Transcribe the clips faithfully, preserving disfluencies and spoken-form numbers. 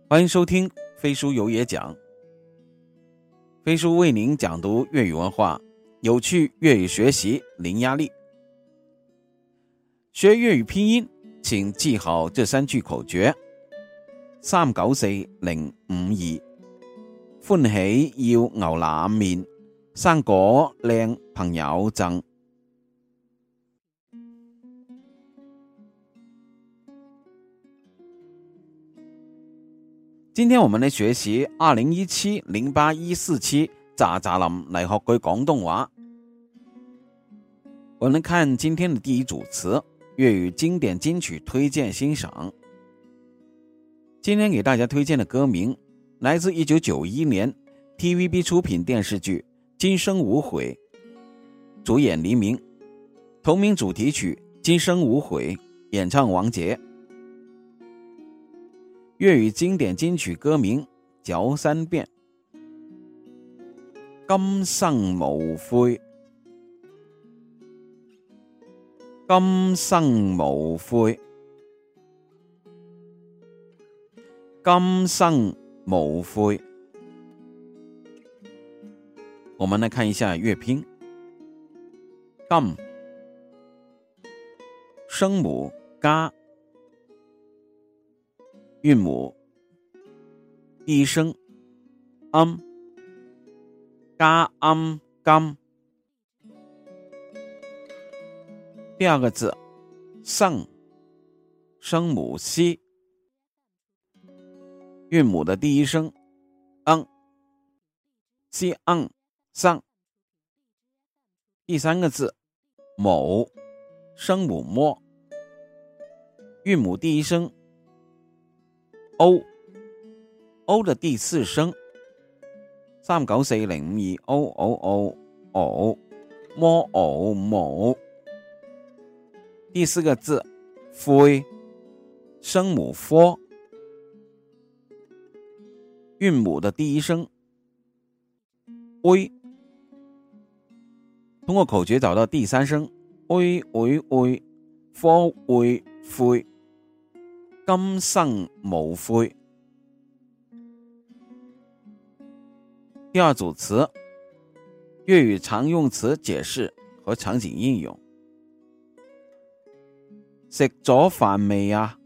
欢迎收听飞书有也讲，飞书为您讲读粤语文化，有趣粤语学习零压力。学粤语拼音，请记好这三句口诀：三九四零五二，歡喜要牛腩麵，生果靚朋友贈。今天我们来学习二零一七零八一四期渣渣林嚟學句廣東話。我們看今天的第一組詞，粵語經典金曲推薦欣賞。今天給大家推薦的歌名來自一九九一年 T V B 出品電視劇《今生無悔》，主演黎明，同名主題曲《今生無悔》演唱王傑。粵語經典金曲歌名嚼三遍：今生無悔，今生無悔，今生無悔。我們來看一下粵拼。今，聲母加，韻母第一聲 âm 加 âm 金。第二個字生，聲母西，韻母的第一聲 eng 西 eng 生。第三個字某，聲母摸，韻母第一聲歐，歐的第四聲三九四零五二歐歐歐歐摸偶某。第四個字灰，聲母 for， 韻母的第一聲微。通過口訣找到第三聲微微微 for 微灰，今生無悔。第二組詞，粵語常用詞解釋和場景應用。食咗飯未啊？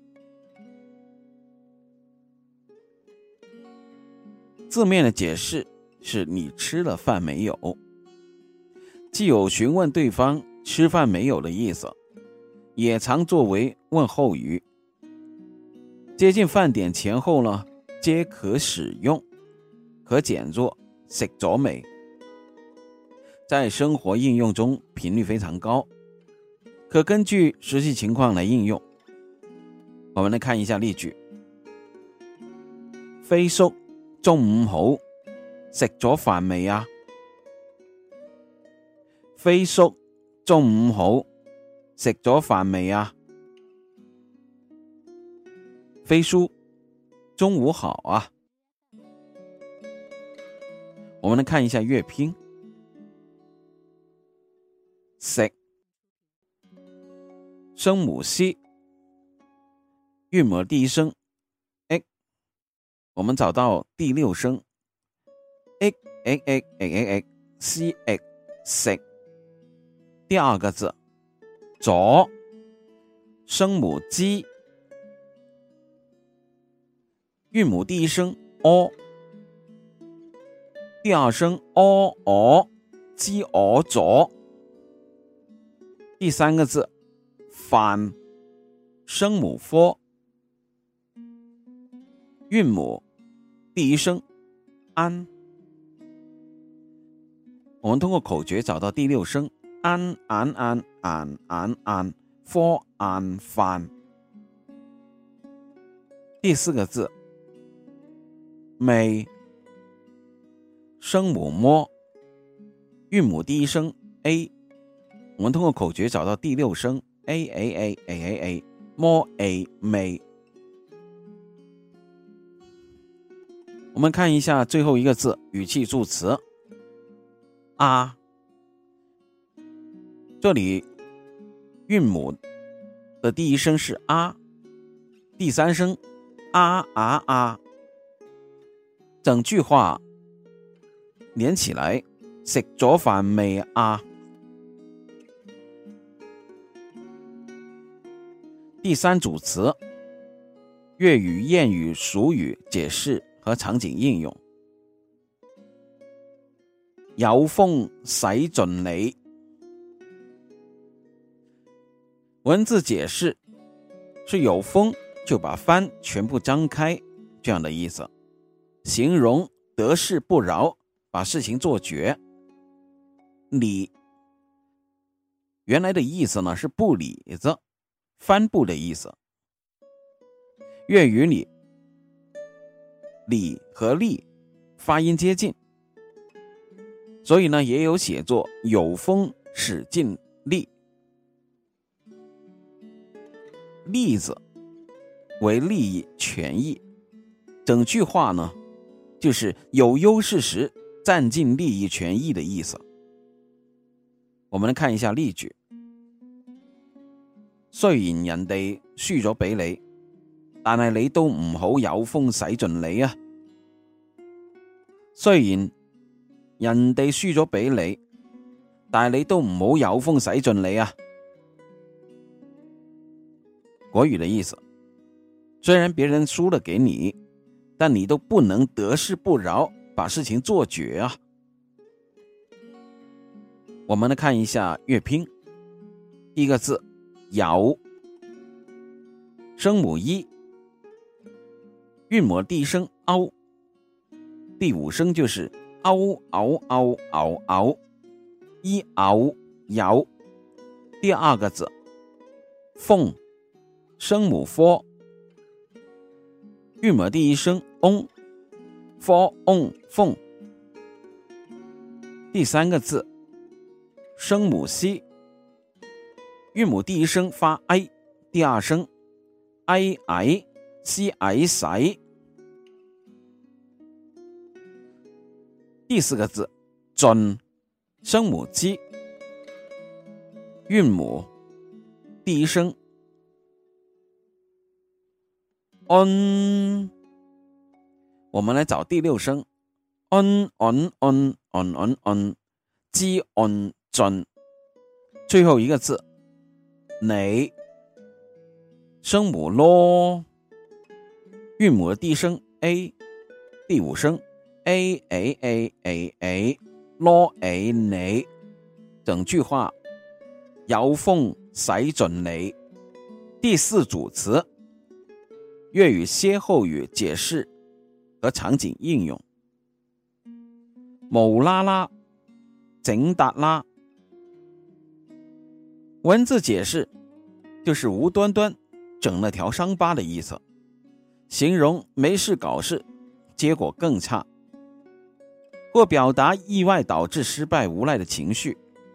字面的解釋是你吃了飯沒有，既有詢問對方吃飯沒有的意思，也常作為問候語。接近飯點前後呢，皆可使用，可簡作食咗未。在生活應用中頻率非常高，可根據實際情況來應用。我們來看一下例句：飛叔中午好，食咗飯未啊？飛叔中午好，食咗飯未啊？飛叔中午好啊。我們來看一下粵拼。食，聲母西，韻母第一聲 x， 我們找到第六聲 x x x x x c x 食。第二個字咗，聲母雞，韻母第一聲 o， 第二聲 o o 雞鵝咗。第三個字飯，聲母 for， 韻母第一聲安。我們通過口訣找到第六聲安安安安安安 for 安飯。第四個字未，聲母摸，韻母第一聲 a。我們通過口訣找到第六聲 a a a a a a 摸 a 未。我們看一下最後一個字語氣助詞啊，這裡韻母的第一聲是啊，第三聲啊啊啊整句话连起来，食咗飯未啊？第三组词，粤语、谚语、俗语解释和场景应用。有風使盡你，文字解释是有风就把帆全部张开这样的意思，形容得势不饶，把事情做绝。理原来的意思呢是布里子，帆布的意思。粤语里理和利发音接近，所以呢也有写作有风使尽力。利字为利益权益，整句话呢就是有优势时占尽利益权益的意思。我们来看一下例句。雖然人哋輸咗俾你，但係你都唔好有風使盡你啊。雖然人哋輸咗俾你，但係你都唔好有風使盡你啊。國語的意思，雖然別人輸了給你，但你都不能得勢不饒，把事情做絕啊。我們來看一下粵拼。第一個字有，聲母一，韻母第一聲凹，第五聲就是凹凹凹凹凹，一凹有。第二個字鳳，聲母 for， 韻母第一聲 on， for on 鳳。第三個字聲母 c， 韻母第一聲發 i， 第二聲 i i c i 洗。第四個字盡，聲母 g， 韻母第一聲 on。 我們來找第六聲 on on on on on on g on 盡。最後一個字你，聲母 lo， 韻母的第一聲 a， 第五聲 a a a a a lo a 你。整句話有風使盡你。第四組詞，粵語歇後語解釋和場景應用。無啦啦，整達啦。文字解釋就是無端端整了條傷疤的意思，形容沒事搞事，結果更差，或表達意外導致失敗無奈的情緒。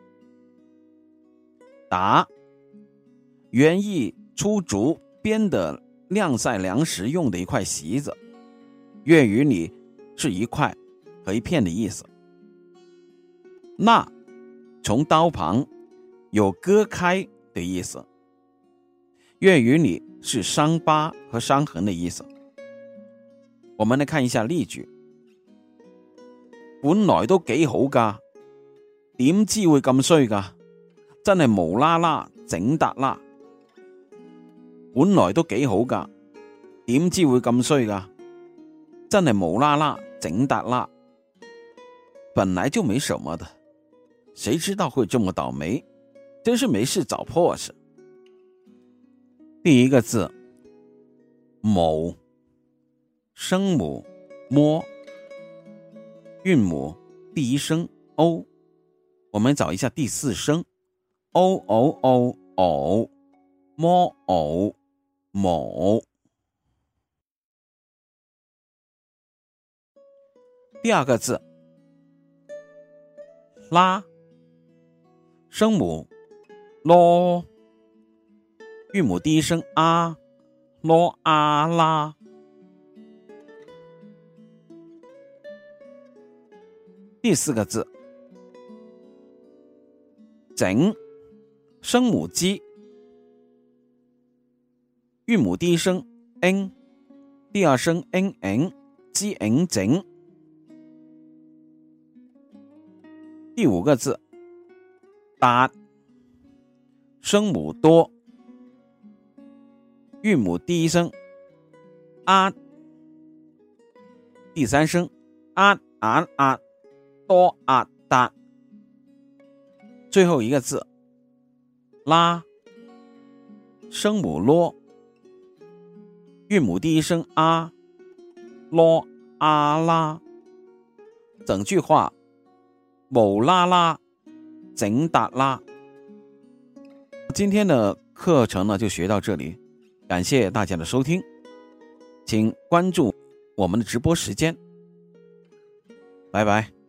打，原意粗竹編的晾曬糧食用的一塊席子，粵語裡是一塊和一片的意思。那，從刀旁有割開的意思，粵語裡是傷疤和傷痕的意思。我們來看一下例句。本來都幾好㗎，點知會咁衰㗎？真係無啦啦整達啦。本來都幾好㗎，點知會咁衰㗎？真係無啦啦整達啦。本來就沒什麼的，誰知道會這麼倒霉？真是沒事找破事。第一個字某，聲母摸，韻母第一聲 o。 我們找一下第四聲 o o o o， 摸偶某。第二個字拉，聲母咯，韻母第一聲啊，咯啊啦。第四個字整，聲母 g， 韻母第一聲 n， 第二聲 n n g n 整。 第五个字达，声母多，韵母第一声啊，第三声啊啊啊，多啊达，最后一个字拉，声母啰，韵母第一声啊，啰啊啦，整句话某啦啦整达啦。今天的课程呢就学到这里，感谢大家的收听，请关注我们的直播时间，拜拜。